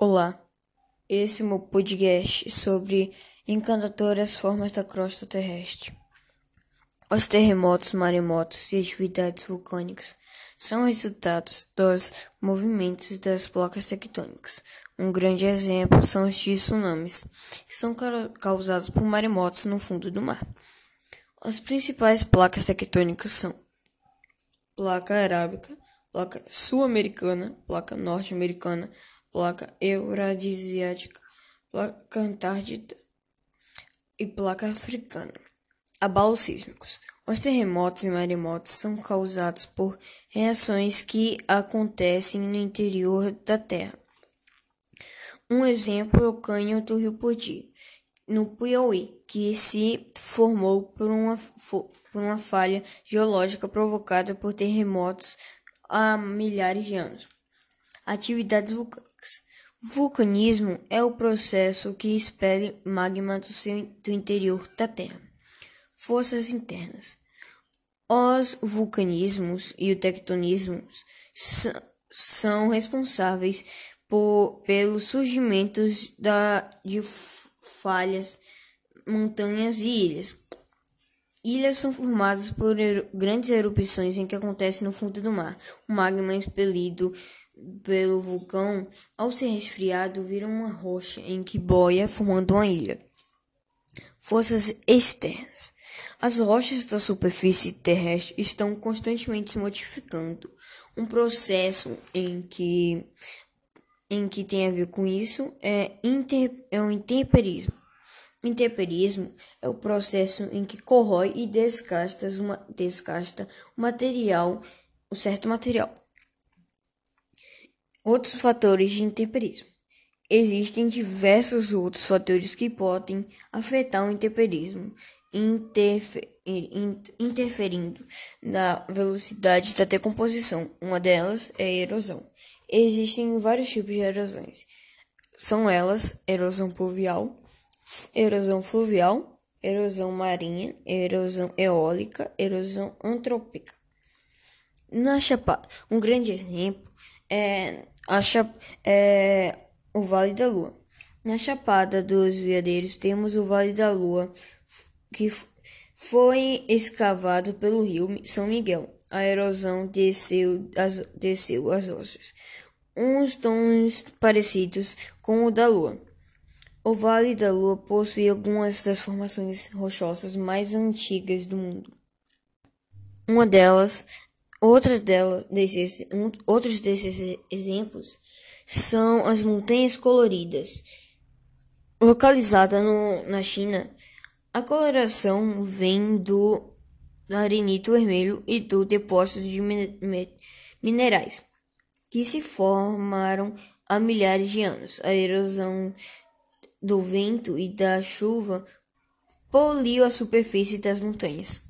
Olá, esse é o meu podcast sobre encantadoras formas da crosta terrestre. Os terremotos, maremotos e atividades vulcânicas são resultados dos movimentos das placas tectônicas. Um grande exemplo são os tsunamis, que são causados por maremotos no fundo do mar. As principais placas tectônicas são placa arábica, placa sul-americana, placa norte-americana, placa eurasiática, placa antártida e placa africana. Abalos sísmicos. Os terremotos e maremotos são causados por reações que acontecem no interior da Terra. Um exemplo é o cânion do Rio Poti, no Piauí, que se formou por uma falha geológica provocada por terremotos há milhares de anos. Atividades vulcânicas. Vulcanismo é o processo que expele magma do interior da Terra. Forças internas. Os vulcanismos e o tectonismo são responsáveis pelo surgimento de falhas, montanhas e ilhas. Ilhas são formadas por grandes erupções em que acontecem no fundo do mar. O magma expelido pelo vulcão, ao ser resfriado, vira uma rocha em que boia, formando uma ilha. Forças externas. As rochas da superfície terrestre estão constantemente se modificando. Um processo em que tem a ver com isso é o intemperismo. Intemperismo é o processo em que corrói e descasta um certo material. Outros fatores de intemperismo. Existem diversos outros fatores que podem afetar o intemperismo, interferindo na velocidade da decomposição. Uma delas é a erosão. Existem vários tipos de erosões. São elas erosão pluvial, erosão fluvial, erosão marinha, erosão eólica, erosão antrópica. Na Chapada, um grande exemplo é o Vale da Lua. Na Chapada dos Veadeiros temos o Vale da Lua, que foi escavado pelo rio São Miguel. A erosão desceu as rochas, uns tons parecidos com o da Lua. O Vale da Lua possui algumas das formações rochosas mais antigas do mundo. Outros desses exemplos são as Montanhas Coloridas. Localizada na China, a coloração vem do arenito vermelho e do depósito de minerais que se formaram há milhares de anos. A erosão do vento e da chuva poluiu a superfície das montanhas.